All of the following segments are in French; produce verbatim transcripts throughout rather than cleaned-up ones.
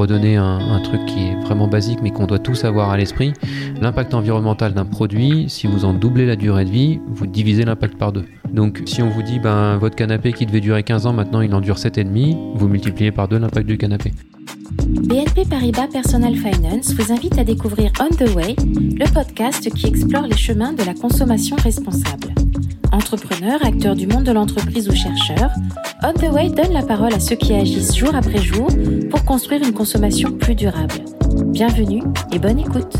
redonner un, un truc qui est vraiment basique mais qu'on doit tous avoir à l'esprit, l'impact environnemental d'un produit, si vous en doublez la durée de vie, vous divisez l'impact par deux. Donc si on vous dit ben, votre canapé qui devait durer quinze ans, maintenant il en dure sept virgule cinq, vous multipliez par deux l'impact du canapé. B N P Paribas Personal Finance vous invite à découvrir On the Way, le podcast qui explore les chemins de la consommation responsable. Entrepreneurs, acteurs du monde de l'entreprise ou chercheurs, On the Way donne la parole à ceux qui agissent jour après jour pour construire une consommation plus durable. Bienvenue et bonne écoute.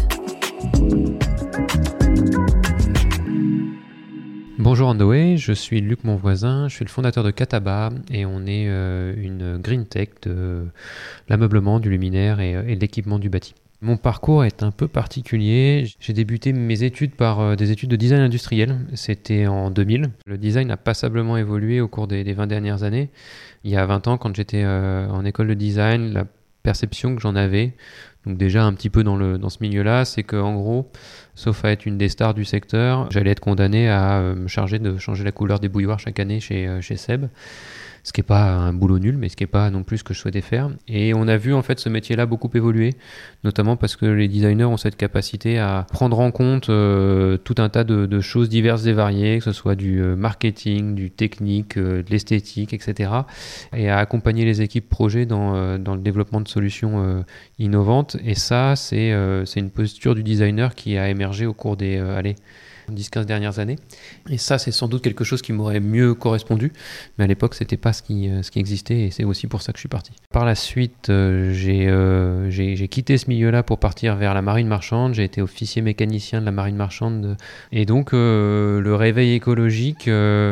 Bonjour On the Way, je suis Luc Monvoisin, je suis le fondateur de Cataba et on est euh, une green tech de l'ameublement, du luminaire et, et de l'équipement du bâti. Mon parcours est un peu particulier. J'ai débuté mes études par euh, des études de design industriel. C'était en deux mille. Le design a passablement évolué au cours des, des vingt dernières années. Il y a vingt ans, quand j'étais euh, en école de design, la perception que j'en avais, donc déjà un petit peu dans, le, dans ce milieu-là, c'est qu'en gros, sauf à être une des stars du secteur, j'allais être condamné à euh, me charger de changer la couleur des bouilloires chaque année chez, euh, chez Seb. Ce qui n'est pas un boulot nul, mais ce qui n'est pas non plus ce que je souhaitais faire. Et on a vu en fait ce métier-là beaucoup évoluer, notamment parce que les designers ont cette capacité à prendre en compte euh, tout un tas de, de choses diverses et variées, que ce soit du euh, marketing, du technique, euh, de l'esthétique, et cetera, et à accompagner les équipes projets dans, euh, dans le développement de solutions euh, innovantes. Et ça, c'est, euh, c'est une posture du designer qui a émergé au cours des euh, allez, dix quinze dernières années. Et ça, c'est sans doute quelque chose qui m'aurait mieux correspondu, mais à l'époque, c'était pas ce qui, ce qui existait, et c'est aussi pour ça que je suis parti. Par la suite, euh, j'ai, euh, j'ai, j'ai quitté ce milieu-là pour partir vers la marine marchande. J'ai été officier mécanicien de la marine marchande, et donc euh, le réveil écologique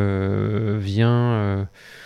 euh, vient... Euh,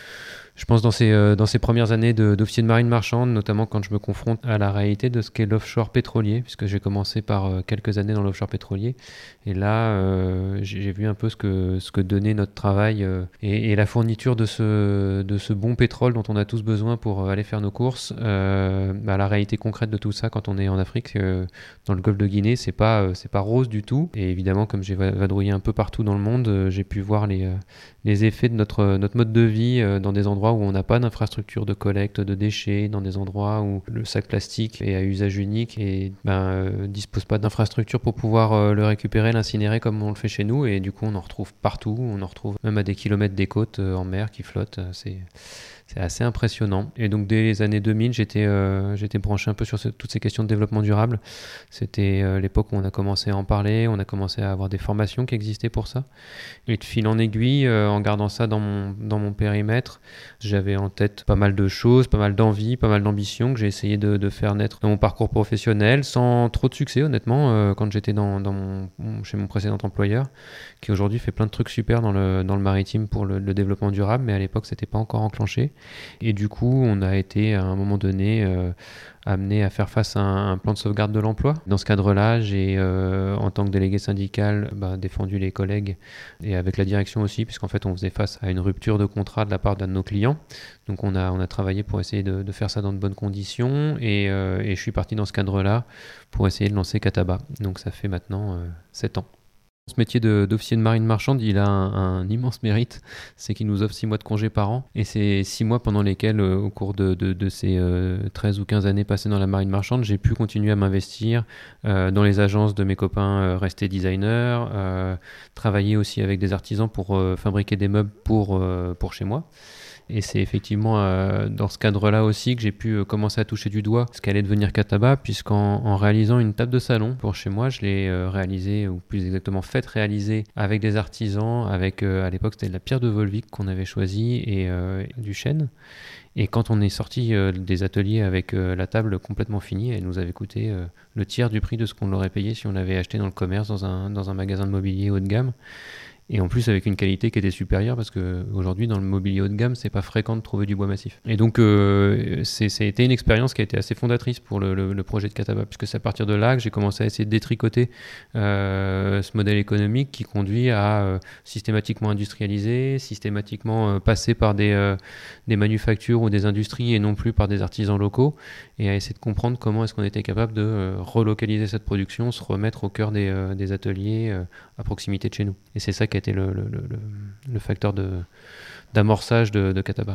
Je pense dans ces, euh, dans ces premières années de, d'officier de marine marchande, notamment quand je me confronte à la réalité de ce qu'est l'offshore pétrolier, puisque j'ai commencé par euh, quelques années dans l'offshore pétrolier. Et là, euh, j'ai, j'ai vu un peu ce que, ce que donnait notre travail euh, et, et la fourniture de ce, de ce bon pétrole dont on a tous besoin pour aller faire nos courses. Euh, bah, la réalité concrète de tout ça quand on est en Afrique, euh, dans le golfe de Guinée, c'est pas, euh, c'est pas rose du tout. Et évidemment, comme j'ai vadrouillé un peu partout dans le monde, euh, j'ai pu voir les, euh, les effets de notre, notre mode de vie euh, dans des endroits où on n'a pas d'infrastructure de collecte de déchets, dans des endroits où le sac plastique est à usage unique et ben, euh, dispose pas d'infrastructure pour pouvoir euh, le récupérer, l'incinérer comme on le fait chez nous, et du coup on en retrouve partout, on en retrouve même à des kilomètres des côtes euh, en mer qui flottent, c'est... C'est assez impressionnant. Et donc, dès les années deux mille, j'étais, euh, j'étais branché un peu sur ce, toutes ces questions de développement durable. C'était euh, l'époque où on a commencé à en parler, on a commencé à avoir des formations qui existaient pour ça. Et de fil en aiguille, euh, en gardant ça dans mon, dans mon périmètre, j'avais en tête pas mal de choses, pas mal d'envies, pas mal d'ambitions que j'ai essayé de, de faire naître dans mon parcours professionnel, sans trop de succès, honnêtement, euh, quand j'étais dans, dans mon, chez mon précédent employeur, qui aujourd'hui fait plein de trucs super dans le, dans le maritime pour le, le développement durable, mais à l'époque, c'était pas encore enclenché. Et du coup, on a été à un moment donné euh, amené à faire face à un, un plan de sauvegarde de l'emploi. Dans ce cadre-là, j'ai, euh, en tant que délégué syndical, bah, défendu les collègues et avec la direction aussi, puisqu'en fait, on faisait face à une rupture de contrat de la part d'un de nos clients. Donc, on a, on a travaillé pour essayer de, de faire ça dans de bonnes conditions, et, euh, et je suis parti dans ce cadre-là pour essayer de lancer Cataba. Donc, ça fait maintenant euh, sept ans. Ce métier de, d'officier de marine marchande, il a un, un immense mérite, c'est qu'il nous offre six mois de congé par an, et c'est six mois pendant lesquels, euh, au cours de, de, de ces euh, treize ou quinze années passées dans la marine marchande, j'ai pu continuer à m'investir euh, dans les agences de mes copains euh, restés designers, euh, travailler aussi avec des artisans pour euh, fabriquer des meubles pour, euh, pour chez moi. Et c'est effectivement euh, dans ce cadre-là aussi que j'ai pu euh, commencer à toucher du doigt ce qu'allait devenir Cataba, puisqu'en en réalisant une table de salon pour chez moi, je l'ai euh, réalisée, ou plus exactement faite réaliser avec des artisans, avec euh, à l'époque c'était de la pierre de Volvic qu'on avait choisie et euh, du chêne. Et quand on est sorti euh, des ateliers avec euh, la table complètement finie, elle nous avait coûté euh, le tiers du prix de ce qu'on l'aurait payé si on l'avait acheté dans le commerce, dans un, dans un magasin de mobilier haut de gamme. Et en plus avec une qualité qui était supérieure, parce qu'aujourd'hui dans le mobilier haut de gamme c'est pas fréquent de trouver du bois massif. Et donc euh, c'est, ça a été une expérience qui a été assez fondatrice pour le, le, le projet de Cataba, puisque c'est à partir de là que j'ai commencé à essayer de détricoter euh, ce modèle économique qui conduit à euh, systématiquement industrialiser, systématiquement euh, passer par des, euh, des manufactures ou des industries et non plus par des artisans locaux, et à essayer de comprendre comment est-ce qu'on était capable de euh, relocaliser cette production, se remettre au cœur des, euh, des ateliers euh, à proximité de chez nous. Et c'est ça qui a été le, le, le, le facteur de, d'amorçage de, de Cataba.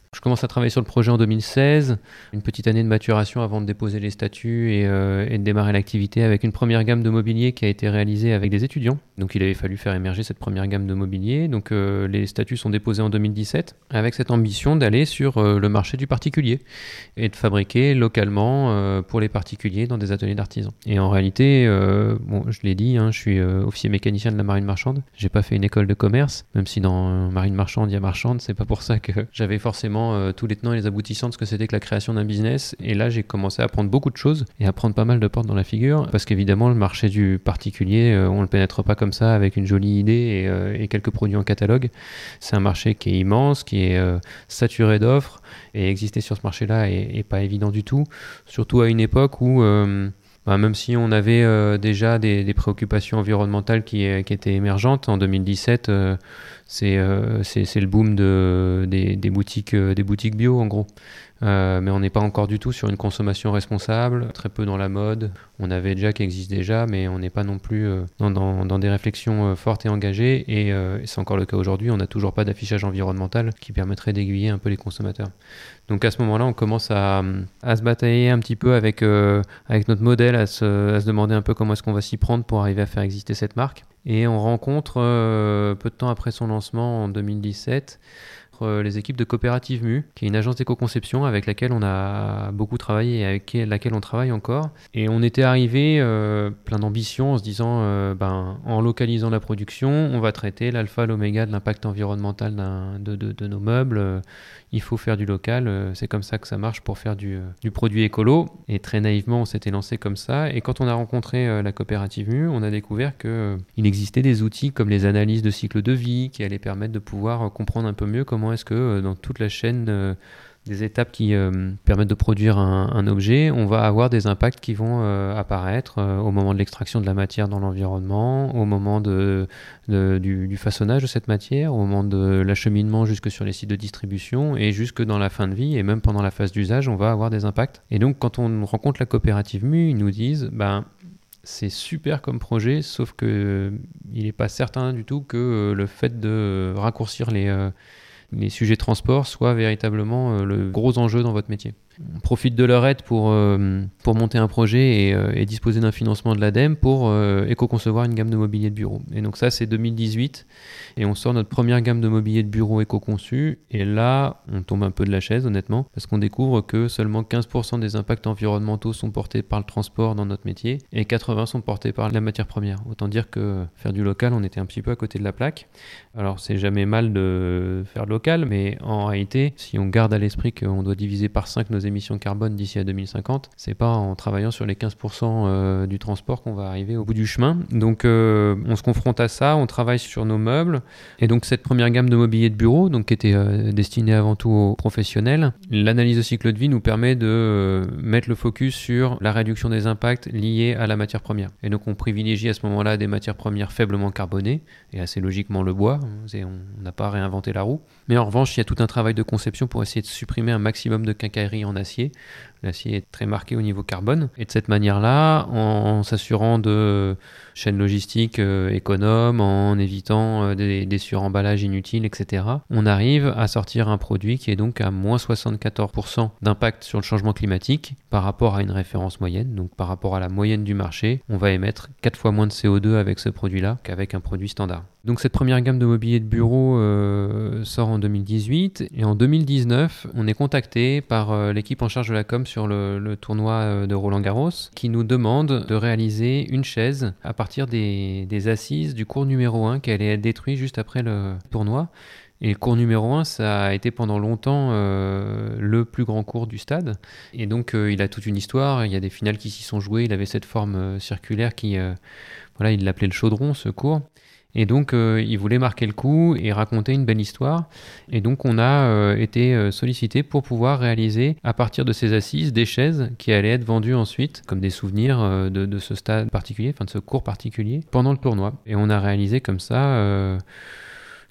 Je commence à travailler sur le projet en deux mille seize, une petite année de maturation avant de déposer les statuts et, euh, et de démarrer l'activité avec une première gamme de mobilier qui a été réalisée avec des étudiants. Donc il avait fallu faire émerger cette première gamme de mobilier. Donc euh, les statuts sont déposés en deux mille dix-sept avec cette ambition d'aller sur euh, le marché du particulier et de fabriquer localement euh, pour les particuliers dans des ateliers d'artisans. Et en réalité, euh, bon, je l'ai dit, hein, je suis euh, officier mécanicien de la marine marchande. J'ai pas fait une école de commerce, même si dans euh, marine marchande il y a marchande, c'est pas pour ça que j'avais forcément Euh, tous les tenants et les aboutissants de ce que c'était que la création d'un business. Et là, j'ai commencé à apprendre beaucoup de choses et à prendre pas mal de portes dans la figure parce qu'évidemment, le marché du particulier, euh, on le pénètre pas comme ça avec une jolie idée et, euh, et quelques produits en catalogue. C'est un marché qui est immense, qui est euh, saturé d'offres et exister sur ce marché-là est, est pas évident du tout, surtout à une époque où euh, bah, même si on avait euh, déjà des, des préoccupations environnementales qui, qui étaient émergentes en deux mille dix-sept, euh, c'est, euh, c'est, c'est le boom de, des, des, boutiques, euh, des boutiques bio en gros. Euh, mais on n'est pas encore du tout sur une consommation responsable, très peu dans la mode. On avait déjà qui existe déjà, mais on n'est pas non plus euh, dans, dans, dans des réflexions euh, fortes et engagées. Et, euh, et c'est encore le cas aujourd'hui, on n'a toujours pas d'affichage environnemental qui permettrait d'aiguiller un peu les consommateurs. Donc à ce moment-là, on commence à, à se batailler un petit peu avec, euh, avec notre modèle, à se, à se demander un peu comment est-ce qu'on va s'y prendre pour arriver à faire exister cette marque. Et on rencontre, euh, peu de temps après son lancement en deux mille dix-sept, les équipes de Coopérative Mu, qui est une agence d'éco-conception avec laquelle on a beaucoup travaillé et avec laquelle on travaille encore. Et on était arrivé euh, plein d'ambition en se disant, euh, ben, en localisant la production, on va traiter l'alpha, l'oméga de l'impact environnemental d'un, de, de, de nos meubles. Euh, il faut faire du local, euh, c'est comme ça que ça marche pour faire du, euh, du produit écolo. Et très naïvement, on s'était lancé comme ça. Et quand on a rencontré euh, la Coopérative Mu, on a découvert qu'il euh, existait des outils comme les analyses de cycle de vie qui allaient permettre de pouvoir euh, comprendre un peu mieux comment est-ce que euh, dans toute la chaîne euh, des étapes qui euh, permettent de produire un, un objet, on va avoir des impacts qui vont euh, apparaître euh, au moment de l'extraction de la matière dans l'environnement, au moment de, de, du, du façonnage de cette matière, au moment de l'acheminement jusque sur les sites de distribution et jusque dans la fin de vie et même pendant la phase d'usage, on va avoir des impacts. Et donc quand on rencontre la Coopérative Mu, ils nous disent ben, c'est super comme projet, sauf qu'il euh, n'est pas certain du tout que euh, le fait de raccourcir les... Euh, les sujets de transport soient véritablement euh, le gros enjeu dans votre métier. On profite de leur aide pour, euh, pour monter un projet et, euh, et disposer d'un financement de l'ADEME pour euh, éco-concevoir une gamme de mobilier de bureau. Et donc ça, c'est deux mille dix-huit et on sort notre première gamme de mobilier de bureau éco-conçu. Et là, on tombe un peu de la chaise, honnêtement, parce qu'on découvre que seulement quinze pour cent des impacts environnementaux sont portés par le transport dans notre métier et quatre-vingts pour cent sont portés par la matière première. Autant dire que faire du local, on était un petit peu à côté de la plaque. Alors, c'est jamais mal de faire local, mais en réalité, si on garde à l'esprit qu'on doit diviser par cinq nos émissions carbone d'ici à deux mille cinquante, c'est pas en travaillant sur les quinze pour cent euh, du transport qu'on va arriver au bout du chemin. Donc euh, on se confronte à ça, on travaille sur nos meubles et donc cette première gamme de mobilier de bureau, donc qui était euh, destinée avant tout aux professionnels, l'analyse de cycle de vie nous permet de euh, mettre le focus sur la réduction des impacts liés à la matière première. Et donc on privilégie à ce moment-là des matières premières faiblement carbonées et assez logiquement le bois, on n'a pas réinventé la roue. Mais en revanche, il y a tout un travail de conception pour essayer de supprimer un maximum de quincaillerie en acier. L'acier est très marqué au niveau carbone. Et de cette manière-là, en, en s'assurant de chaînes logistiques euh, économes, en évitant euh, des, des suremballages inutiles, et cetera, on arrive à sortir un produit qui est donc à moins soixante-quatorze pour cent d'impact sur le changement climatique par rapport à une référence moyenne. Donc par rapport à la moyenne du marché, on va émettre quatre fois moins de C O deux avec ce produit-là qu'avec un produit standard. Donc cette première gamme de mobilier de bureau euh, sort en deux mille dix-huit et en deux mille dix-neuf, on est contacté par euh, l'équipe en charge de la com sur le, le tournoi de Roland-Garros qui nous demande de réaliser une chaise à partir des, des assises du cours numéro un qui allait être détruit juste après le tournoi. Et le cours numéro un, ça a été pendant longtemps euh, le plus grand cours du stade. Et donc, euh, il a toute une histoire. Il y a des finales qui s'y sont jouées. Il avait cette forme euh, circulaire qui... Euh, voilà, il l'appelait le chaudron, ce cours. Et donc, euh, il voulait marquer le coup et raconter une belle histoire. Et donc, on a euh, été euh, sollicité pour pouvoir réaliser, à partir de ces assises, des chaises qui allaient être vendues ensuite comme des souvenirs euh, de, de ce stade particulier, enfin de ce cours particulier, pendant le tournoi. Et on a réalisé comme ça... Euh,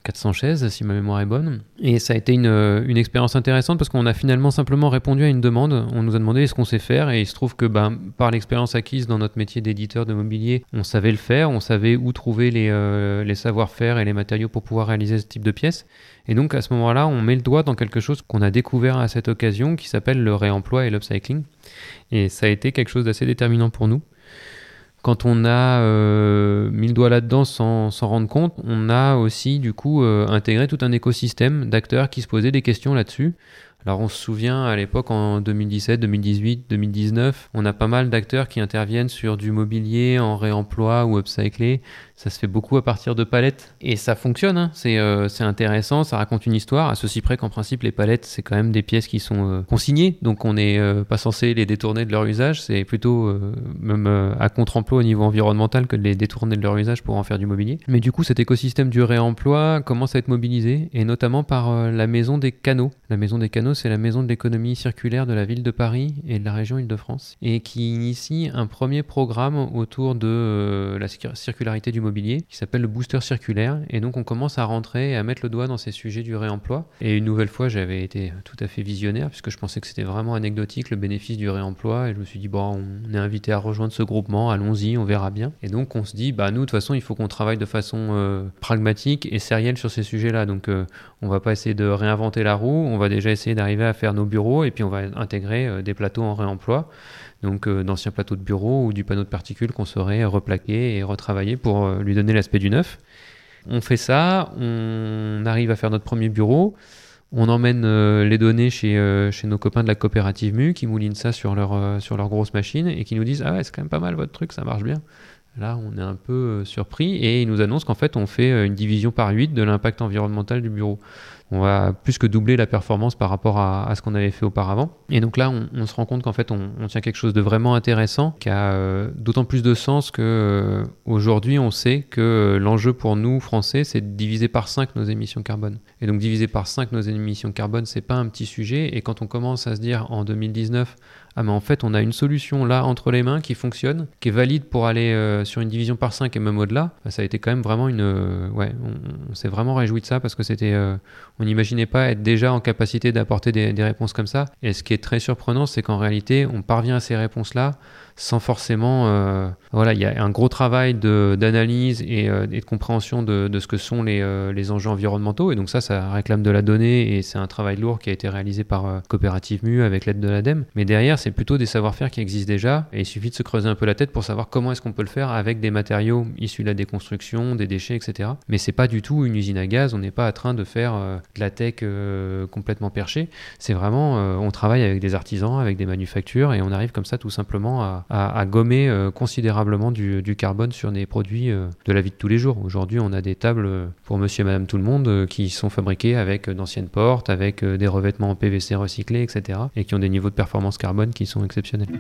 quatre cents chaises, si ma mémoire est bonne. Et ça a été une, une expérience intéressante parce qu'on a finalement simplement répondu à une demande. On nous a demandé ce qu'on sait faire et il se trouve que ben, par l'expérience acquise dans notre métier d'éditeur de mobilier, on savait le faire, on savait où trouver les, euh, les savoir-faire et les matériaux pour pouvoir réaliser ce type de pièces. Et donc à ce moment-là, on met le doigt dans quelque chose qu'on a découvert à cette occasion qui s'appelle le réemploi et l'upcycling. Et ça a été quelque chose d'assez déterminant pour nous. Quand on a euh, mis le doigt là-dedans sans s'en rendre compte, on a aussi du coup euh, intégré tout un écosystème d'acteurs qui se posaient des questions là-dessus. Alors on se souvient à l'époque en deux mille dix-sept, deux mille dix-huit, deux mille dix-neuf, on a pas mal d'acteurs qui interviennent sur du mobilier en réemploi ou upcyclé. Ça se fait beaucoup à partir de palettes et ça fonctionne, hein. c'est, euh, c'est intéressant, ça raconte une histoire, à ceci près qu'en principe les palettes c'est quand même des pièces qui sont euh, consignées, donc on n'est euh, pas censé les détourner de leur usage, c'est plutôt euh, même euh, à contre-emploi au niveau environnemental que de les détourner de leur usage pour en faire du mobilier. Mais du coup cet écosystème du réemploi commence à être mobilisé et notamment par euh, la Maison des Canaux. La Maison des Canaux c'est la maison de l'économie circulaire de la ville de Paris et de la région Île-de-France et qui initie un premier programme autour de euh, la circularité du mobilier qui s'appelle le booster circulaire et donc on commence à rentrer et à mettre le doigt dans ces sujets du réemploi et une nouvelle fois j'avais été tout à fait visionnaire puisque je pensais que c'était vraiment anecdotique le bénéfice du réemploi et je me suis dit bon on est invité à rejoindre ce groupement, allons-y, on verra bien et donc on se dit bah nous de toute façon il faut qu'on travaille de façon euh, pragmatique et sérielle sur ces sujets là donc euh, on va pas essayer de réinventer la roue, on va déjà essayer d'arriver à faire nos bureaux et puis on va intégrer euh, des plateaux en réemploi. Donc euh, d'anciens plateaux de bureau ou du panneau de particules qu'on saurait replaquer et retravailler pour euh, lui donner l'aspect du neuf. On fait ça, on arrive à faire notre premier bureau, on emmène euh, les données chez, euh, chez nos copains de la coopérative M U qui moulinent ça sur leur, euh, sur leur grosse machine et qui nous disent « Ah ouais, c'est quand même pas mal votre truc, ça marche bien ». Là, on est un peu euh, surpris et ils nous annoncent qu'en fait, on fait euh, une division par huit de l'impact environnemental du bureau. On va plus que doubler la performance par rapport à, à ce qu'on avait fait auparavant. Et donc là, on, on se rend compte qu'en fait, on, on tient quelque chose de vraiment intéressant, qui a euh, d'autant plus de sens qu'aujourd'hui, euh, on sait que euh, l'enjeu pour nous, Français, c'est de diviser par cinq nos émissions carbone. Et donc, diviser par cinq nos émissions carbone, c'est pas un petit sujet. Et quand on commence à se dire en deux mille dix-neuf, ah mais en fait, on a une solution là entre les mains qui fonctionne, qui est valide pour aller euh, sur une division par cinq et même au-delà, bah, ça a été quand même vraiment une... Euh, ouais, on, on s'est vraiment réjoui de ça parce que c'était... Euh, on n'imaginait pas être déjà en capacité d'apporter des, des réponses comme ça. Et ce qui est très surprenant, c'est qu'en réalité, on parvient à ces réponses-là sans forcément... Euh, voilà, il y a un gros travail de, d'analyse et, euh, et de compréhension de, de ce que sont les, euh, les enjeux environnementaux. Et donc ça, ça réclame de la donnée et c'est un travail lourd qui a été réalisé par euh, Coopérative M U avec l'aide de l'ADEME. Mais derrière, c'est plutôt des savoir-faire qui existent déjà. Et il suffit de se creuser un peu la tête pour savoir comment est-ce qu'on peut le faire avec des matériaux issus de la déconstruction, des déchets, et cetera. Mais c'est pas du tout une usine à gaz. On n'est pas en train de faire euh, de la tech euh, complètement perchée. C'est vraiment... Euh, on travaille avec des artisans, avec des manufactures et on arrive comme ça tout simplement à À, à gommer euh, considérablement du, du carbone sur des produits euh, de la vie de tous les jours. Aujourd'hui, on a des tables euh, pour monsieur et madame tout le monde euh, qui sont fabriquées avec euh, d'anciennes portes, avec euh, des revêtements en P V C recyclés, et cetera et qui ont des niveaux de performance carbone qui sont exceptionnels.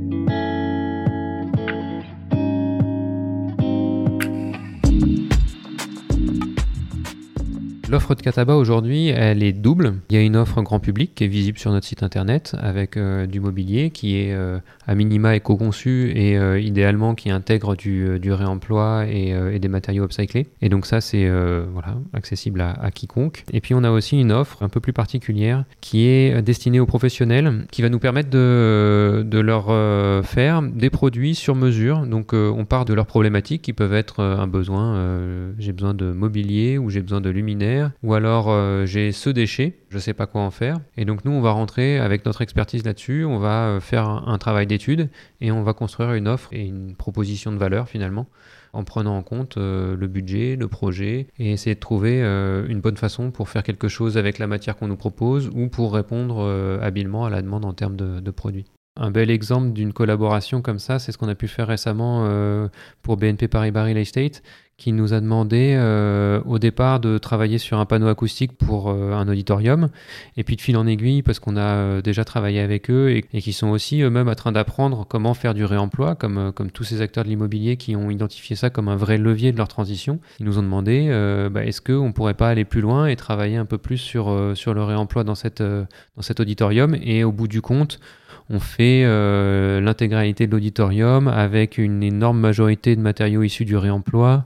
L'offre de Cataba aujourd'hui, elle est double. Il y a une offre grand public qui est visible sur notre site internet avec euh, du mobilier qui est euh, à minima éco-conçu et euh, idéalement qui intègre du, du réemploi et, euh, et des matériaux upcyclés. Et donc ça, c'est euh, voilà, accessible à, à quiconque. Et puis on a aussi une offre un peu plus particulière qui est destinée aux professionnels, qui va nous permettre de, de leur euh, faire des produits sur mesure. Donc euh, on part de leurs problématiques qui peuvent être euh, un besoin, euh, j'ai besoin de mobilier ou j'ai besoin de luminaires, ou alors euh, j'ai ce déchet, je ne sais pas quoi en faire. Et donc nous, on va rentrer avec notre expertise là-dessus, on va euh, faire un, un travail d'étude et on va construire une offre et une proposition de valeur finalement, en prenant en compte euh, le budget, le projet et essayer de trouver euh, une bonne façon pour faire quelque chose avec la matière qu'on nous propose ou pour répondre euh, habilement à la demande en termes de, de produits. Un bel exemple d'une collaboration comme ça, c'est ce qu'on a pu faire récemment euh, pour B N P Paribas Real Estate, qui nous a demandé euh, au départ de travailler sur un panneau acoustique pour euh, un auditorium, et puis de fil en aiguille, parce qu'on a euh, déjà travaillé avec eux, et, et qui sont aussi eux-mêmes en train d'apprendre comment faire du réemploi, comme, euh, comme tous ces acteurs de l'immobilier qui ont identifié ça comme un vrai levier de leur transition. Ils nous ont demandé, euh, bah, est-ce qu'on ne pourrait pas aller plus loin et travailler un peu plus sur, euh, sur le réemploi dans, cette, euh, dans cet auditorium, et au bout du compte, on fait euh, l'intégralité de l'auditorium avec une énorme majorité de matériaux issus du réemploi.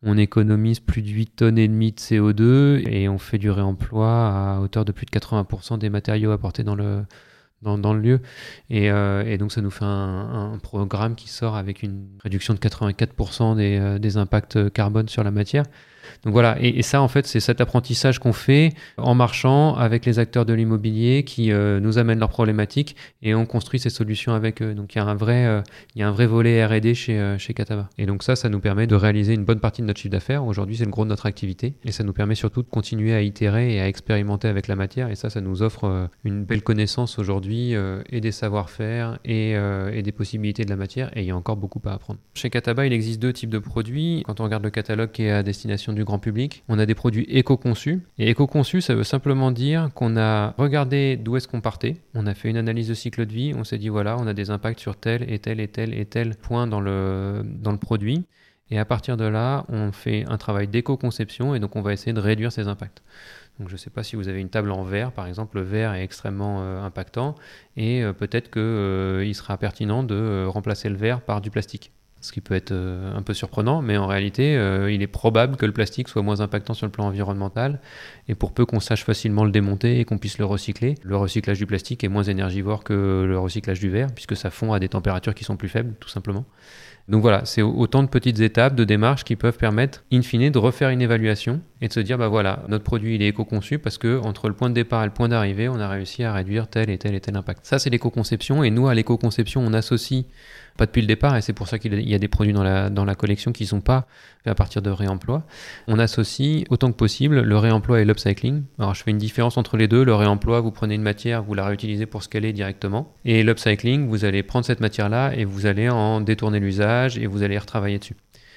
on économise plus de huit tonnes et demie de C O deux et on fait du réemploi à hauteur de plus de quatre-vingts pour cent des matériaux apportés dans le, dans, dans le lieu. Et, euh, et donc ça nous fait un, un programme qui sort avec une réduction de quatre-vingt-quatre pour cent des, euh, des impacts carbone sur la matière. Donc voilà, et, et ça en fait c'est cet apprentissage qu'on fait en marchant avec les acteurs de l'immobilier qui euh, nous amènent leurs problématiques et on construit ces solutions avec eux. Donc il y a un vrai, euh, il y a un vrai volet R et D chez, euh, chez Cataba. Et donc ça, ça nous permet de réaliser une bonne partie de notre chiffre d'affaires. Aujourd'hui c'est le gros de notre activité et ça nous permet surtout de continuer à itérer et à expérimenter avec la matière et ça, ça nous offre euh, une belle connaissance aujourd'hui euh, et des savoir-faire et, euh, et des possibilités de la matière et il y a encore beaucoup à apprendre. Chez Cataba, il existe deux types de produits. Quand on regarde le catalogue qui est à destination du grand public, on a des produits éco-conçus. Et éco-conçus, ça veut simplement dire qu'on a regardé d'où est-ce qu'on partait, on a fait une analyse de cycle de vie, on s'est dit voilà, on a des impacts sur tel et tel et tel et tel point dans le, dans le produit. Et à partir de là, on fait un travail d'éco-conception et donc on va essayer de réduire ces impacts. Donc je ne sais pas si vous avez une table en verre, par exemple, le verre est extrêmement euh, impactant et euh, peut-être qu'il euh, sera pertinent de euh, remplacer le verre par du plastique. Ce qui peut être euh, un peu surprenant, mais en réalité, euh, il est probable que le plastique soit moins impactant sur le plan environnemental. Et pour peu qu'on sache facilement le démonter et qu'on puisse le recycler, le recyclage du plastique est moins énergivore que le recyclage du verre, puisque ça fond à des températures qui sont plus faibles, tout simplement. Donc voilà, c'est autant de petites étapes, de démarches qui peuvent permettre, in fine, de refaire une évaluation et de se dire, bah voilà, notre produit, il est éco-conçu parce que entre le point de départ et le point d'arrivée, on a réussi à réduire tel et tel et tel impact. Ça, c'est l'éco-conception. Et nous, à l'éco-conception, on associe, pas depuis le départ, et c'est pour ça qu'il y a des produits dans la, dans la collection qui ne sont pas faits à partir de réemploi, on associe autant que possible le réemploi et l'upcycling. Alors, je fais une différence entre les deux. Le réemploi, vous prenez une matière, vous la réutilisez pour ce qu'elle est directement. Et l'upcycling, vous allez prendre cette matière-là et vous allez en détourner l'usage et vous allez retravailler dessus.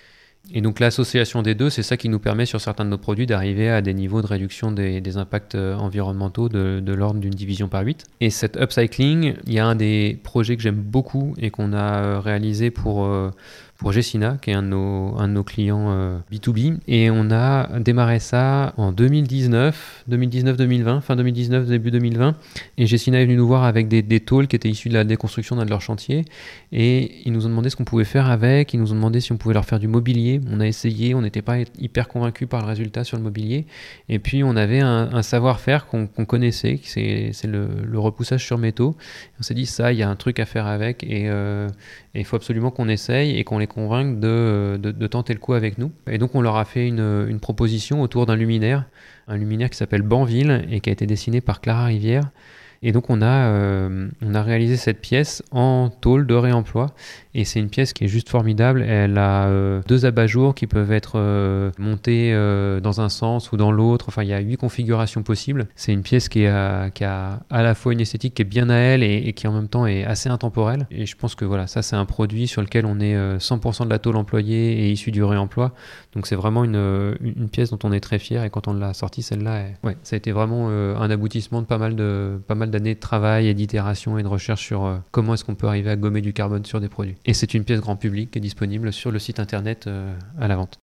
Et donc l'association des deux, c'est ça qui nous permet sur certains de nos produits d'arriver à des niveaux de réduction des, des impacts environnementaux de, de l'ordre d'une division par huit. Et cet upcycling, il y a un des projets que j'aime beaucoup et qu'on a réalisé pour, pour Gecina, qui est un de nos, un de nos clients B deux B. Et on a démarré ça en deux mille dix-neuf, deux mille dix-neuf deux mille vingt, fin deux mille dix-neuf, début deux mille vingt. Et Gecina est venu nous voir avec des, des tôles qui étaient issues de la déconstruction d'un de leurs chantiers. Et ils nous ont demandé ce qu'on pouvait faire avec. Ils nous ont demandé si on pouvait leur faire du mobilier. On a essayé, on n'était pas hyper convaincus par le résultat sur le mobilier. Et puis on avait un, un savoir-faire qu'on, qu'on connaissait, c'est, c'est le, le repoussage sur métaux. On s'est dit ça, il y a un truc à faire avec et euh, il faut absolument qu'on essaye et qu'on les convainque de, de, de tenter le coup avec nous. Et donc on leur a fait une, une proposition autour d'un luminaire, un luminaire qui s'appelle Banville et qui a été dessiné par Clara Rivière. Et donc on a, euh, on a réalisé cette pièce en tôle de réemploi et c'est une pièce qui est juste formidable. Elle a euh, deux abat-jours qui peuvent être euh, montés euh, dans un sens ou dans l'autre. Enfin, il y a huit configurations possibles. C'est une pièce qui, est à, qui a à la fois une esthétique qui est bien à elle et, et qui en même temps est assez intemporelle. Et je pense que voilà, ça c'est un produit sur lequel on est euh, cent pour cent de la tôle employée et issue du réemploi. Donc c'est vraiment une, une pièce dont on est très fier et quand on l'a sortie, celle-là, est... ouais, ça a été vraiment euh, un aboutissement de pas mal de pas mal d'années de travail et d'itération et de recherche sur euh, comment est-ce qu'on peut arriver à gommer du carbone sur des produits. Et c'est une pièce grand public qui est disponible sur le site internet euh, à la vente.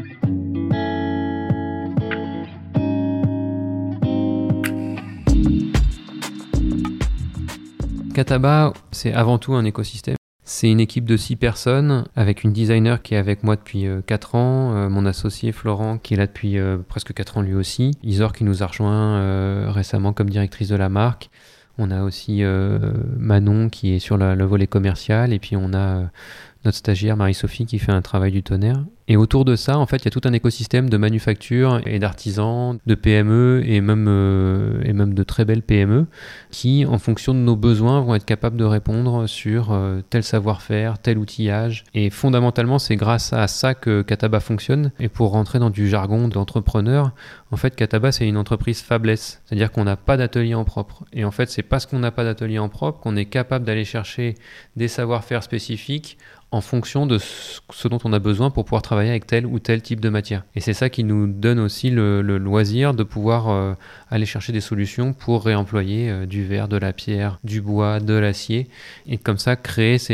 Cataba, c'est avant tout un écosystème. C'est une équipe de six personnes avec une designer qui est avec moi depuis euh, quatre ans, euh, mon associé Florent qui est là depuis euh, presque quatre ans lui aussi, Isor qui nous a rejoint euh, récemment comme directrice de la marque. On a aussi euh, Manon qui est sur la, le volet commercial et puis on a euh, notre stagiaire Marie-Sophie qui fait un travail du tonnerre. Et autour de ça, en fait, il y a tout un écosystème de manufactures et d'artisans, de P M E et même, euh, et même de très belles P M E qui, en fonction de nos besoins, vont être capables de répondre sur euh, tel savoir-faire, tel outillage. Et fondamentalement, c'est grâce à ça que Cataba fonctionne. Et pour rentrer dans du jargon d'entrepreneur, en fait, Cataba, c'est une entreprise fabless. C'est-à-dire qu'on n'a pas d'atelier en propre. Et en fait, c'est parce qu'on n'a pas d'atelier en propre qu'on est capable d'aller chercher des savoir-faire spécifiques en fonction de ce dont on a besoin pour pouvoir travailler avec tel ou tel type de matière. Et c'est ça qui nous donne aussi le, le loisir de pouvoir euh, aller chercher des solutions pour réemployer euh, du verre, de la pierre, du bois, de l'acier, et comme ça créer ces, ces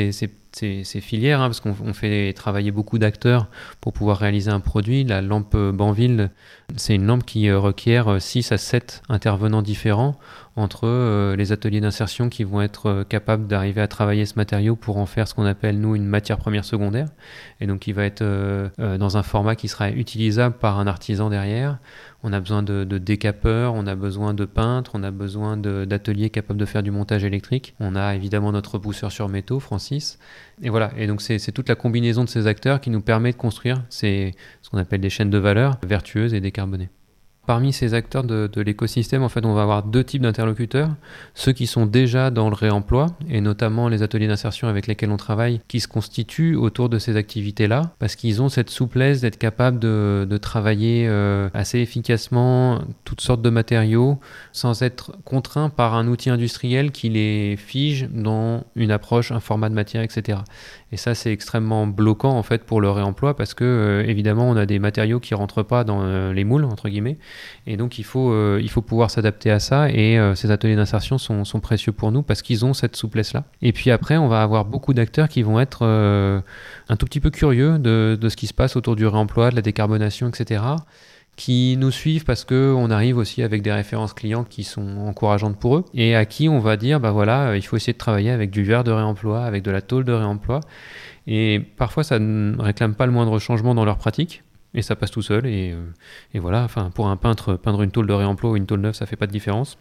ces, ces filières, hein, parce qu'on on fait travailler beaucoup d'acteurs pour pouvoir réaliser un produit. La lampe Banville, c'est une lampe qui requiert six à sept intervenants différents entre euh, les ateliers d'insertion qui vont être euh, capables d'arriver à travailler ce matériau pour en faire ce qu'on appelle, nous, une matière première secondaire. Et donc, il va être euh, euh, dans un format qui sera utilisable par un artisan derrière. On a besoin de, de décapeurs, on a besoin de peintres, on a besoin de, d'ateliers capables de faire du montage électrique. On a évidemment notre repousseur sur métaux, Francis. Et voilà, et donc c'est, c'est toute la combinaison de ces acteurs qui nous permet de construire ces, ce qu'on appelle des chaînes de valeur vertueuses et décarbonées. Parmi ces acteurs de, de l'écosystème, en fait, on va avoir deux types d'interlocuteurs. Ceux qui sont déjà dans le réemploi, et notamment les ateliers d'insertion avec lesquels on travaille, qui se constituent autour de ces activités-là, parce qu'ils ont cette souplesse d'être capables de, de travailler euh, assez efficacement toutes sortes de matériaux, sans être contraints par un outil industriel qui les fige dans une approche, un format de matière, et cetera. Et ça, c'est extrêmement bloquant, en fait, pour le réemploi, parce que, euh, évidemment, on a des matériaux qui ne rentrent pas dans euh, les moules, entre guillemets. Et donc, il faut, euh, il faut pouvoir s'adapter à ça. Et euh, ces ateliers d'insertion sont, sont précieux pour nous parce qu'ils ont cette souplesse-là. Et puis après, on va avoir beaucoup d'acteurs qui vont être euh, un tout petit peu curieux de, de ce qui se passe autour du réemploi, de la décarbonation, et cetera, qui nous suivent parce qu'on arrive aussi avec des références clients qui sont encourageantes pour eux et à qui on va dire, bah voilà, il faut essayer de travailler avec du verre de réemploi, avec de la tôle de réemploi. Et parfois, ça ne réclame pas le moindre changement dans leur pratique. Et ça passe tout seul, et, euh, et voilà, enfin, pour un peintre, peindre une tôle de réemploi ou une tôle neuve, ça fait pas de différence.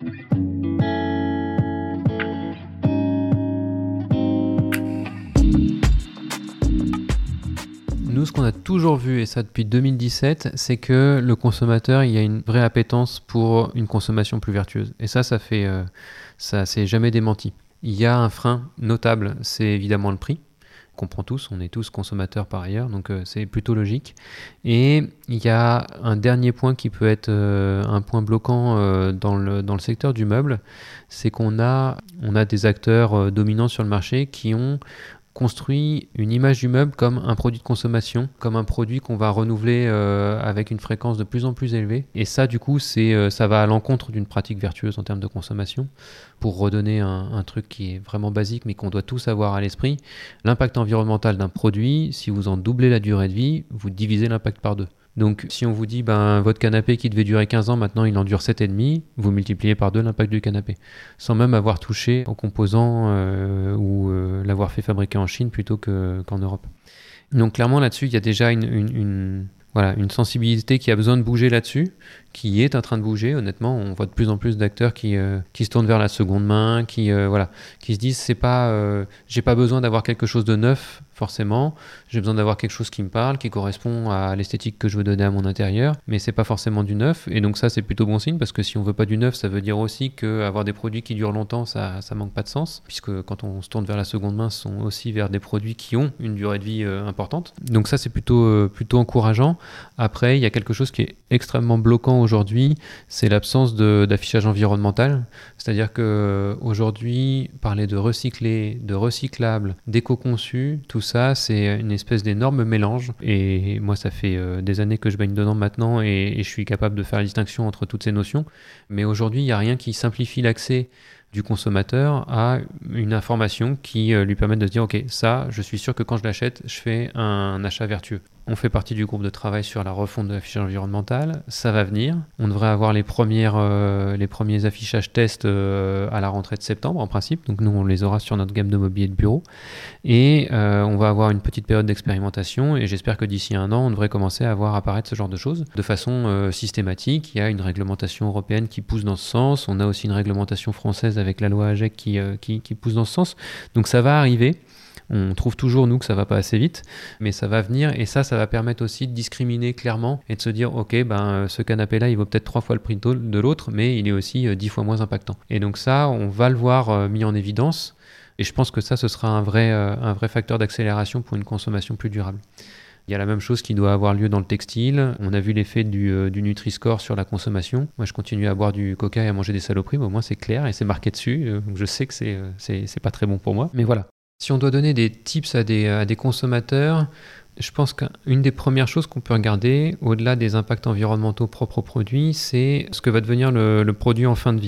Nous, ce qu'on a toujours vu, et ça depuis deux mille dix-sept, c'est que le consommateur, il y a une vraie appétence pour une consommation plus vertueuse. Et ça, ça fait, euh, ça s'est jamais démenti. Il y a un frein notable, c'est évidemment le prix. On comprend tous, on est tous consommateurs par ailleurs, donc euh, c'est plutôt logique. Et il y a un dernier point qui peut être euh, un point bloquant euh, dans, le, dans le secteur du meuble, c'est qu'on a, on a des acteurs euh, dominants sur le marché qui ont construit une image du meuble comme un produit de consommation, comme un produit qu'on va renouveler euh, avec une fréquence de plus en plus élevée. Et ça, du coup, c'est, euh, ça va à l'encontre d'une pratique vertueuse en termes de consommation. Pour redonner un, un truc qui est vraiment basique, mais qu'on doit tous avoir à l'esprit, l'impact environnemental d'un produit, si vous en doublez la durée de vie, vous divisez l'impact par deux. Donc si on vous dit ben, votre canapé qui devait durer quinze ans, maintenant il en dure sept virgule cinq, vous multipliez par deux l'impact du canapé, sans même avoir touché aux composants euh, ou euh, l'avoir fait fabriquer en Chine plutôt que, qu'en Europe. Donc clairement là-dessus, il y a déjà une, une, une, voilà, une sensibilité qui a besoin de bouger là-dessus, qui est en train de bouger. Honnêtement, on voit de plus en plus d'acteurs qui, euh, qui se tournent vers la seconde main, qui, euh, voilà, qui se disent c'est pas, euh, j'ai pas besoin d'avoir quelque chose de neuf forcément, j'ai besoin d'avoir quelque chose qui me parle, qui correspond à l'esthétique que je veux donner à mon intérieur, mais c'est pas forcément du neuf. Et donc ça, c'est plutôt bon signe parce que si on veut pas du neuf, ça veut dire aussi qu'avoir des produits qui durent longtemps, ça, ça manque pas de sens, puisque quand on se tourne vers la seconde main, ce sont aussi vers des produits qui ont une durée de vie euh, importante. Donc ça, c'est plutôt, euh, plutôt encourageant. Après, il y a quelque chose qui est extrêmement bloquant aujourd'hui, c'est l'absence de, d'affichage environnemental. C'est-à-dire qu'aujourd'hui, parler de recyclé, de recyclable, d'éco-conçu, tout ça, c'est une espèce d'énorme mélange. Et moi, ça fait euh, des années que je baigne dedans maintenant et, et je suis capable de faire la distinction entre toutes ces notions. Mais aujourd'hui, il n'y a rien qui simplifie l'accès du consommateur à une information qui euh, lui permette de se dire « Ok, ça, je suis sûr que quand je l'achète, je fais un achat vertueux ». On fait partie du groupe de travail sur la refonte de l'affichage environnemental. Ça va venir. On devrait avoir les, premières, euh, les premiers affichages tests euh, à la rentrée de septembre, en principe. Donc nous, on les aura sur notre gamme de mobilier de bureau. Et euh, on va avoir une petite période d'expérimentation. Et j'espère que d'ici un an, on devrait commencer à voir apparaître ce genre de choses de façon euh, systématique. Il y a une réglementation européenne qui pousse dans ce sens. On a aussi une réglementation française avec la loi AGEC qui, euh, qui, qui pousse dans ce sens. Donc ça va arriver. On trouve toujours, nous, que ça va pas assez vite, mais ça va venir et ça, ça va permettre aussi de discriminer clairement et de se dire, ok, ben, ce canapé-là, il vaut peut-être trois fois le prix de l'autre, mais il est aussi dix fois moins impactant. Et donc ça, on va le voir euh, mis en évidence et je pense que ça, ce sera un vrai, euh, un vrai facteur d'accélération pour une consommation plus durable. Il y a la même chose qui doit avoir lieu dans le textile. On a vu l'effet du, euh, du Nutri-Score sur la consommation. Moi, je continue à boire du coca et à manger des saloperies, mais au moins c'est clair et c'est marqué dessus. Euh, donc je sais que c'est, euh, c'est, c'est pas très bon pour moi, mais voilà. Si on doit donner des tips à des, à des consommateurs, je pense qu'une des premières choses qu'on peut regarder, au-delà des impacts environnementaux propres au produit, c'est ce que va devenir le, le produit en fin de vie.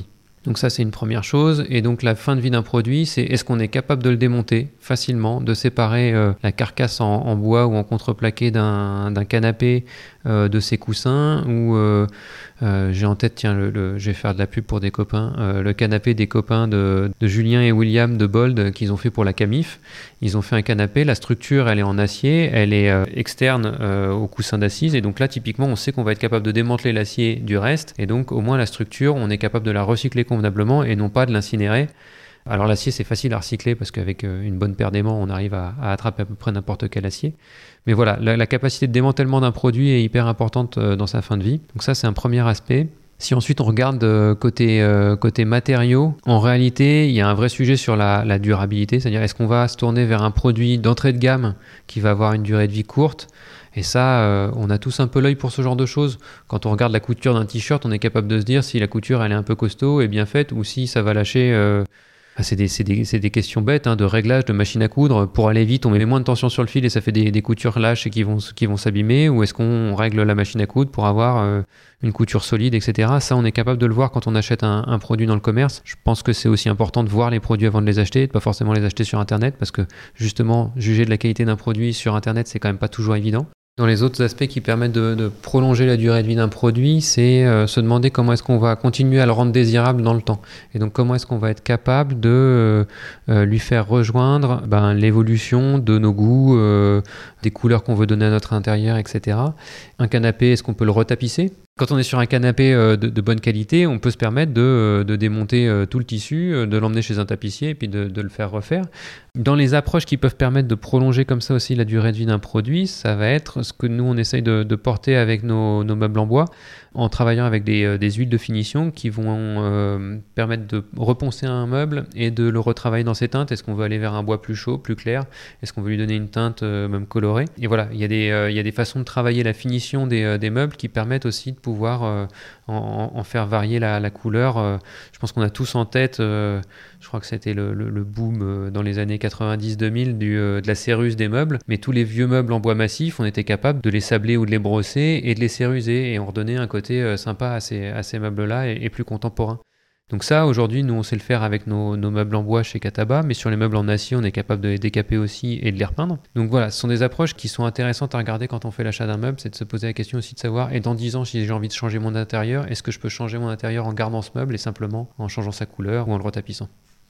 Donc ça, c'est une première chose. Et donc la fin de vie d'un produit, c'est est-ce qu'on est capable de le démonter facilement, de séparer euh, la carcasse en, en bois ou en contreplaqué d'un, d'un canapé euh, de ses coussins, ou euh, euh, j'ai en tête, tiens, le, le, je vais faire de la pub pour des copains, euh, le canapé des copains de, de Julien et William de Bold qu'ils ont fait pour la Camif. Ils ont fait un canapé, la structure, elle est en acier, elle est euh, externe euh, au coussin d'assise, et donc là, typiquement, on sait qu'on va être capable de démanteler l'acier du reste, et donc au moins la structure, on est capable de la recycler convenablement et non pas de l'incinérer. Alors l'acier, c'est facile à recycler parce qu'avec une bonne paire d'aimants, on arrive à, à attraper à peu près n'importe quel acier. Mais voilà, la, la capacité de démantèlement d'un produit est hyper importante dans sa fin de vie. Donc ça, c'est un premier aspect. Si ensuite on regarde côté, euh, côté matériaux, en réalité, il y a un vrai sujet sur la, la durabilité, c'est-à-dire est-ce qu'on va se tourner vers un produit d'entrée de gamme qui va avoir une durée de vie courte ? Et ça, euh, on a tous un peu l'œil pour ce genre de choses. Quand on regarde la couture d'un t-shirt, on est capable de se dire si la couture elle est un peu costaud et bien faite, ou si ça va lâcher... Euh... Enfin, c'est, des, c'est, des, c'est des questions bêtes, hein, de réglage, de machine à coudre. Pour aller vite, on met moins de tension sur le fil et ça fait des, des coutures lâches et qui vont, qui vont s'abîmer. Ou est-ce qu'on règle la machine à coudre pour avoir euh, une couture solide, et cetera. Ça, on est capable de le voir quand on achète un, un produit dans le commerce. Je pense que c'est aussi important de voir les produits avant de les acheter, de pas forcément les acheter sur Internet, parce que justement, juger de la qualité d'un produit sur Internet, c'est quand même pas toujours évident. Dans les autres aspects qui permettent de, de prolonger la durée de vie d'un produit, c'est euh, se demander comment est-ce qu'on va continuer à le rendre désirable dans le temps. Et donc comment est-ce qu'on va être capable de euh, euh, lui faire rejoindre ben, l'évolution de nos goûts, euh, des couleurs qu'on veut donner à notre intérieur, et cetera. Un canapé, est-ce qu'on peut le retapisser ? Quand on est sur un canapé euh, de, de bonne qualité, on peut se permettre de, euh, de démonter euh, tout le tissu, euh, de l'emmener chez un tapissier et puis de, de le faire refaire. Dans les approches qui peuvent permettre de prolonger comme ça aussi la durée de vie d'un produit, ça va être ce que nous on essaye de, de porter avec nos, nos meubles en bois, en travaillant avec des, euh, des huiles de finition qui vont euh, permettre de reponcer un meuble et de le retravailler dans ses teintes. Est-ce qu'on veut aller vers un bois plus chaud, plus clair ? Est-ce qu'on veut lui donner une teinte euh, même colorée ? Et voilà, il y a des, euh, il y a des façons de travailler la finition des, euh, des meubles qui permettent aussi de pouvoir euh, en, en faire varier la, la couleur. Euh, je pense qu'on a tous en tête, euh, je crois que c'était le, le, le boom euh, dans les années quatre-vingt-dix deux mille du, euh, de la céruse des meubles, mais tous les vieux meubles en bois massif, on était capable de les sabler ou de les brosser et de les céruser, et on redonnait un côté euh, sympa à ces, à ces meubles-là et, et plus contemporain. Donc ça, aujourd'hui, nous, on sait le faire avec nos, nos meubles en bois chez Cataba, mais sur les meubles en acier, on est capable de les décaper aussi et de les repeindre. Donc voilà, ce sont des approches qui sont intéressantes à regarder quand on fait l'achat d'un meuble, c'est de se poser la question aussi de savoir, et dans dix ans, si j'ai envie de changer mon intérieur, est-ce que je peux changer mon intérieur en gardant ce meuble et simplement en changeant sa couleur ou en le retapissant ?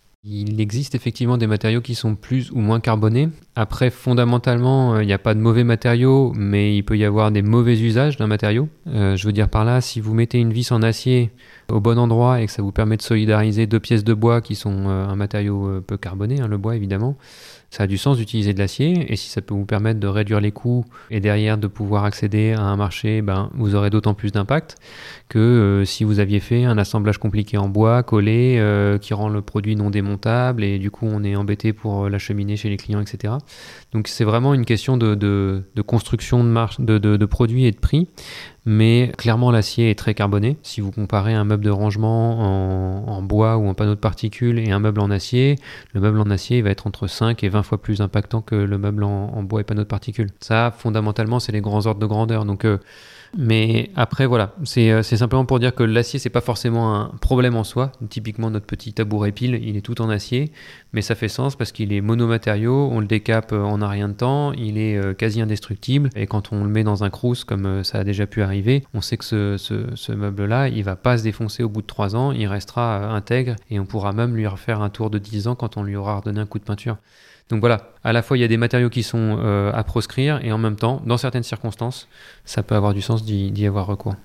Il existe effectivement des matériaux qui sont plus ou moins carbonés. Après, fondamentalement, il euh, n'y a pas de mauvais matériaux, mais il peut y avoir des mauvais usages d'un matériau. Euh, je veux dire par là, si vous mettez une vis en acier au bon endroit et que ça vous permet de solidariser deux pièces de bois qui sont euh, un matériau euh, peu carboné, hein, le bois évidemment, ça a du sens d'utiliser de l'acier, et si ça peut vous permettre de réduire les coûts et derrière de pouvoir accéder à un marché, ben, vous aurez d'autant plus d'impact que euh, si vous aviez fait un assemblage compliqué en bois, collé, euh, qui rend le produit non démontable, et du coup on est embêté pour l'acheminer chez les clients, et cetera. Donc c'est vraiment une question de, de, de construction de, marche, de, de, de produits et de prix. Mais clairement l'acier est très carboné. Si vous comparez un meuble de rangement en, en bois ou en panneau de particules et un meuble en acier, le meuble en acier va être entre cinq et vingt fois plus impactant que le meuble en, en bois et panneau de particules. Ça, fondamentalement, c'est les grands ordres de grandeur. Donc, euh, mais après, voilà, c'est, c'est simplement pour dire que l'acier, c'est pas forcément un problème en soi. Typiquement, notre petit tabouret pile, il est tout en acier, mais ça fait sens parce qu'il est monomatériau, on le décape en un rien de temps, il est quasi indestructible, et quand on le met dans un crous, comme ça a déjà pu arriver, on sait que ce, ce, ce meuble-là, il va pas se défoncer au bout de trois ans, il restera intègre, et on pourra même lui refaire un tour de dix ans quand on lui aura redonné un coup de peinture. Donc voilà, à la fois il y a des matériaux qui sont euh, à proscrire, et en même temps, dans certaines circonstances, ça peut avoir du sens d'y, d'y avoir recours.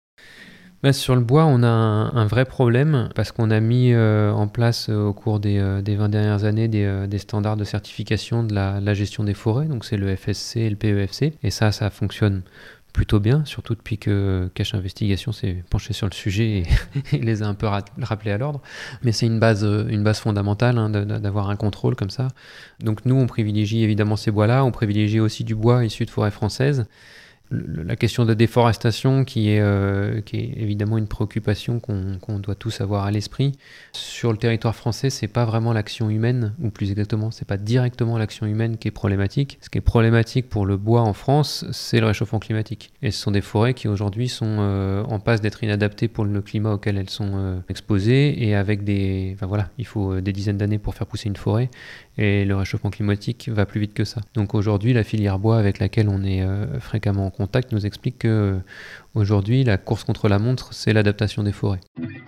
Ben, sur le bois, on a un, un vrai problème parce qu'on a mis euh, en place euh, au cours des, euh, des vingt dernières années des, euh, des standards de certification de la, la gestion des forêts, donc c'est le F S C et le P E F C, et ça, ça fonctionne plutôt bien, surtout depuis que Cache Investigation s'est penché sur le sujet et, et les a un peu rappelés à l'ordre. Mais c'est une base, une base fondamentale hein, d'avoir un contrôle comme ça. Donc nous, on privilégie évidemment ces bois-là, on privilégie aussi du bois issu de forêts françaises. le, la question de la déforestation qui est, euh, qui est évidemment une préoccupation qu'on, qu'on doit tous avoir à l'esprit. Sur le territoire français, c'est pas vraiment l'action humaine, ou plus exactement, c'est pas directement l'action humaine qui est problématique. Ce qui est problématique pour le bois en France, c'est le réchauffement climatique. Et ce sont des forêts qui aujourd'hui sont euh, en passe d'être inadaptées pour le climat auquel elles sont euh, exposées, et avec des... Enfin voilà, il faut des dizaines d'années pour faire pousser une forêt, et le réchauffement climatique va plus vite que ça. Donc aujourd'hui, la filière bois avec laquelle on est euh, fréquemment en contact nous explique que euh, aujourd'hui, la course contre la montre, c'est l'adaptation des forêts.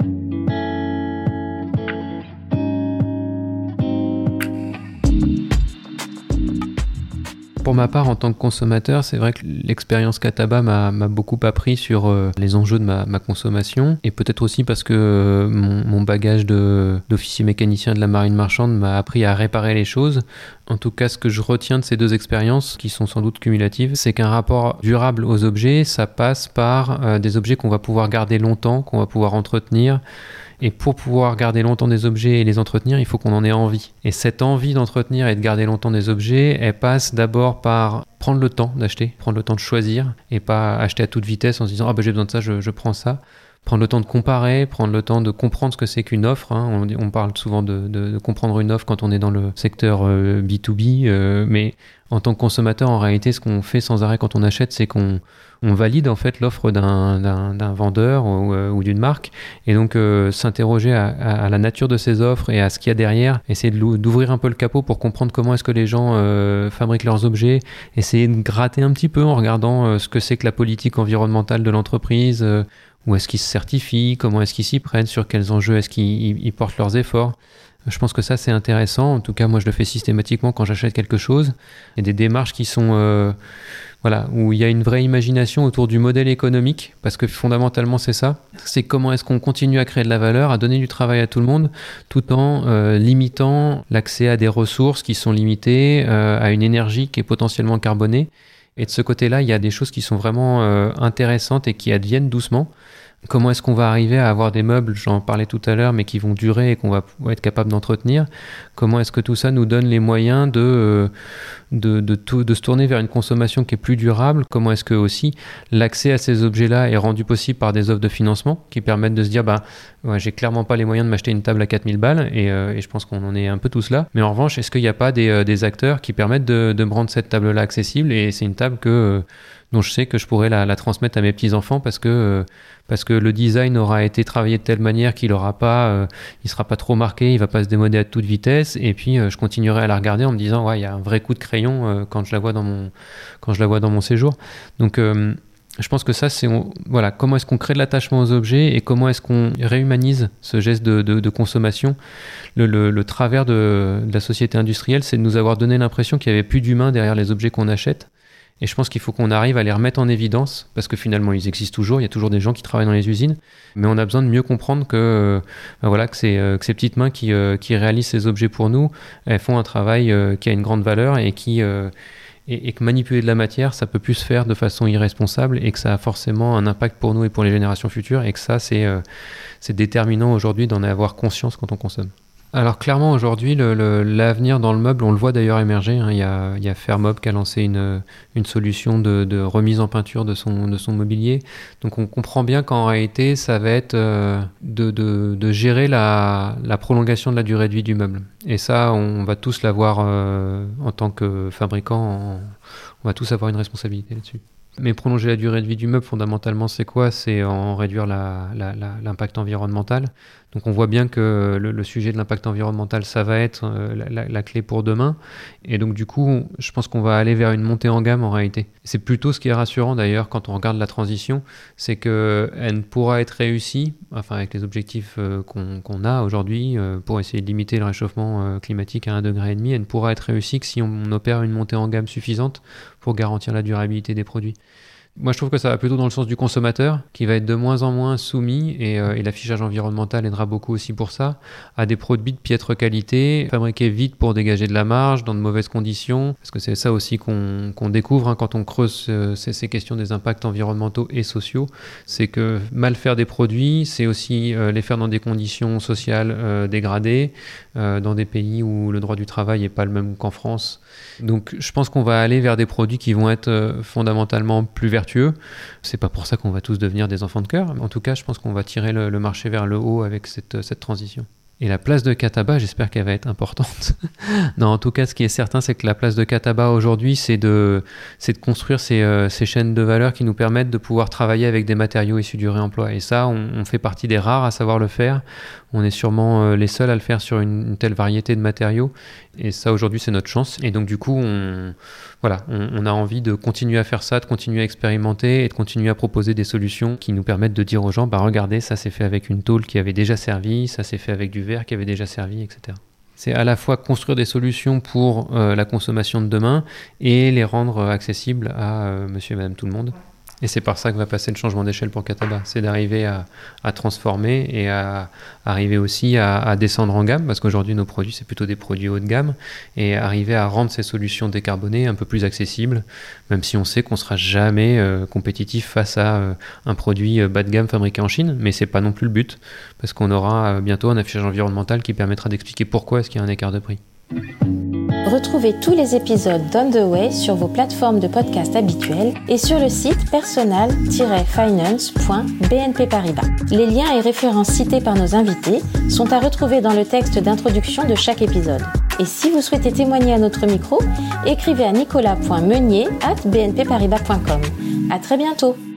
Pour ma part, en tant que consommateur, c'est vrai que l'expérience Cataba m'a, m'a beaucoup appris sur euh, les enjeux de ma, ma consommation, et peut-être aussi parce que euh, mon, mon bagage de, d'officier mécanicien de la marine marchande m'a appris à réparer les choses. En tout cas, ce que je retiens de ces deux expériences, qui sont sans doute cumulatives, c'est qu'un rapport durable aux objets, ça passe par euh, des objets qu'on va pouvoir garder longtemps, qu'on va pouvoir entretenir. Et pour pouvoir garder longtemps des objets et les entretenir, il faut qu'on en ait envie. Et cette envie d'entretenir et de garder longtemps des objets, elle passe d'abord par prendre le temps d'acheter, prendre le temps de choisir, et pas acheter à toute vitesse en se disant « Ah ben j'ai besoin de ça, je, je prends ça ». Prendre le temps de comparer, prendre le temps de comprendre ce que c'est qu'une offre. Hein. On, on parle souvent de, de, de comprendre une offre quand on est dans le secteur euh, B deux B, euh, mais en tant que consommateur, en réalité, ce qu'on fait sans arrêt quand on achète, c'est qu'on on valide en fait l'offre d'un, d'un, d'un vendeur ou, euh, ou d'une marque, et donc euh, s'interroger à, à, à la nature de ces offres et à ce qu'il y a derrière, essayer de, d'ouvrir un peu le capot pour comprendre comment est-ce que les gens euh, fabriquent leurs objets, essayer de gratter un petit peu en regardant euh, ce que c'est que la politique environnementale de l'entreprise, euh, où est-ce qu'ils se certifient, comment est-ce qu'ils s'y prennent, sur quels enjeux est-ce qu'ils ils, ils portent leurs efforts. Je pense que ça, c'est intéressant. En tout cas, moi, je le fais systématiquement quand j'achète quelque chose. Il y a des démarches qui sont... Euh, voilà, où il y a une vraie imagination autour du modèle économique, parce que fondamentalement, c'est ça. C'est comment est-ce qu'on continue à créer de la valeur, à donner du travail à tout le monde, tout en euh, limitant l'accès à des ressources qui sont limitées, euh, à une énergie qui est potentiellement carbonée. Et de ce côté-là, il y a des choses qui sont vraiment euh, intéressantes et qui adviennent doucement. Comment est-ce qu'on va arriver à avoir des meubles, j'en parlais tout à l'heure, mais qui vont durer et qu'on va être capable d'entretenir? Comment est-ce que tout ça nous donne les moyens de, de, de, tout, de se tourner vers une consommation qui est plus durable? Comment est-ce que aussi l'accès à ces objets-là est rendu possible par des offres de financement qui permettent de se dire bah, ouais, j'ai clairement pas les moyens de m'acheter une table à quatre mille balles, et, euh, et je pense qu'on en est un peu tous là. Mais en revanche, est-ce qu'il n'y a pas des, euh, des acteurs qui permettent de, de me rendre cette table-là accessible? Et c'est une table que... Euh, dont je sais que je pourrais la, la transmettre à mes petits-enfants parce que, euh, parce que le design aura été travaillé de telle manière qu'il aura pas, euh, il sera pas trop marqué, il va pas se démoder à toute vitesse, et puis euh, je continuerai à la regarder en me disant ouais, il y a un vrai coup de crayon euh, quand je la vois dans mon, quand je la vois dans mon séjour. Donc euh, je pense que ça, c'est on, voilà, comment est-ce qu'on crée de l'attachement aux objets et comment est-ce qu'on réhumanise ce geste de, de, de consommation. Le, le, le travers de, de la société industrielle, c'est de nous avoir donné l'impression qu'il n'y avait plus d'humains derrière les objets qu'on achète. Et je pense qu'il faut qu'on arrive à les remettre en évidence, parce que finalement, ils existent toujours, il y a toujours des gens qui travaillent dans les usines, mais on a besoin de mieux comprendre que, euh, ben voilà, que, c'est, euh, que ces petites mains qui, euh, qui réalisent ces objets pour nous, elles font un travail euh, qui a une grande valeur et, qui, euh, et, et que manipuler de la matière, ça peut plus se faire de façon irresponsable, et que ça a forcément un impact pour nous et pour les générations futures, et que ça, c'est, euh, c'est déterminant aujourd'hui d'en avoir conscience quand on consomme. Alors clairement aujourd'hui le, le, l'avenir dans le meuble, on le voit d'ailleurs émerger, hein. Il y a, il y a Fairmob qui a lancé une, une solution de, de remise en peinture de son, de son mobilier. Donc on comprend bien qu'en réalité ça va être euh, de, de, de gérer la, la prolongation de la durée de vie du meuble. Et ça on va tous l'avoir euh, en tant que fabricant, en, on va tous avoir une responsabilité là-dessus. Mais prolonger la durée de vie du meuble, fondamentalement, c'est quoi? C'est en réduire la, la, la, l'impact environnemental. Donc on voit bien que le, le sujet de l'impact environnemental, ça va être euh, la, la, la clé pour demain. Et donc du coup, je pense qu'on va aller vers une montée en gamme en réalité. C'est plutôt ce qui est rassurant d'ailleurs quand on regarde la transition, c'est qu'elle ne pourra être réussie, enfin avec les objectifs euh, qu'on, qu'on a aujourd'hui, euh, pour essayer de limiter le réchauffement euh, climatique à un degré et demi, elle ne pourra être réussie que si on opère une montée en gamme suffisante pour garantir la durabilité des produits. Moi, je trouve que ça va plutôt dans le sens du consommateur, qui va être de moins en moins soumis, et, euh, et l'affichage environnemental aidera beaucoup aussi pour ça, à des produits de piètre qualité, fabriqués vite pour dégager de la marge, dans de mauvaises conditions, parce que c'est ça aussi qu'on, qu'on découvre hein, quand on creuse euh, ces, ces questions des impacts environnementaux et sociaux, c'est que mal faire des produits, c'est aussi euh, les faire dans des conditions sociales euh, dégradées, euh, dans des pays où le droit du travail n'est pas le même qu'en France. Donc je pense qu'on va aller vers des produits qui vont être euh, fondamentalement plus vertueux, vertueux. C'est pas pour ça qu'on va tous devenir des enfants de cœur. En tout cas, je pense qu'on va tirer le, le marché vers le haut avec cette, cette transition. Et la place de Cataba, j'espère qu'elle va être importante. Non, en tout cas, ce qui est certain, c'est que la place de Cataba aujourd'hui, c'est de, c'est de construire ces, euh, ces chaînes de valeur qui nous permettent de pouvoir travailler avec des matériaux issus du réemploi. Et ça, on, on fait partie des rares à savoir le faire. On est sûrement euh, les seuls à le faire sur une, une telle variété de matériaux. Et ça, aujourd'hui, c'est notre chance. Et donc, du coup, on, voilà, on, on a envie de continuer à faire ça, de continuer à expérimenter et de continuer à proposer des solutions qui nous permettent de dire aux gens, bah regardez, ça s'est fait avec une tôle qui avait déjà servi, ça s'est fait avec du verre qui avait déjà servi, et cetera. C'est à la fois construire des solutions pour euh, la consommation de demain et les rendre accessibles à euh, monsieur et madame tout le monde. Et c'est par ça que va passer le changement d'échelle pour Cataba. C'est d'arriver à, à transformer et à arriver aussi à, à descendre en gamme, parce qu'aujourd'hui nos produits c'est plutôt des produits haut de gamme, et arriver à rendre ces solutions décarbonées un peu plus accessibles, même si on sait qu'on ne sera jamais euh, compétitif face à euh, un produit euh, bas de gamme fabriqué en Chine, mais c'est pas non plus le but, parce qu'on aura euh, bientôt un affichage environnemental qui permettra d'expliquer pourquoi est-ce qu'il y a un écart de prix. Retrouvez tous les épisodes d'On the Way sur vos plateformes de podcast habituelles et sur le site personal tiret finance point b n p paribas. Les liens et références cités par nos invités sont à retrouver dans le texte d'introduction de chaque épisode. Et si vous souhaitez témoigner à notre micro, écrivez à nicolas point meunier arobase b n p paribas point com. À très bientôt.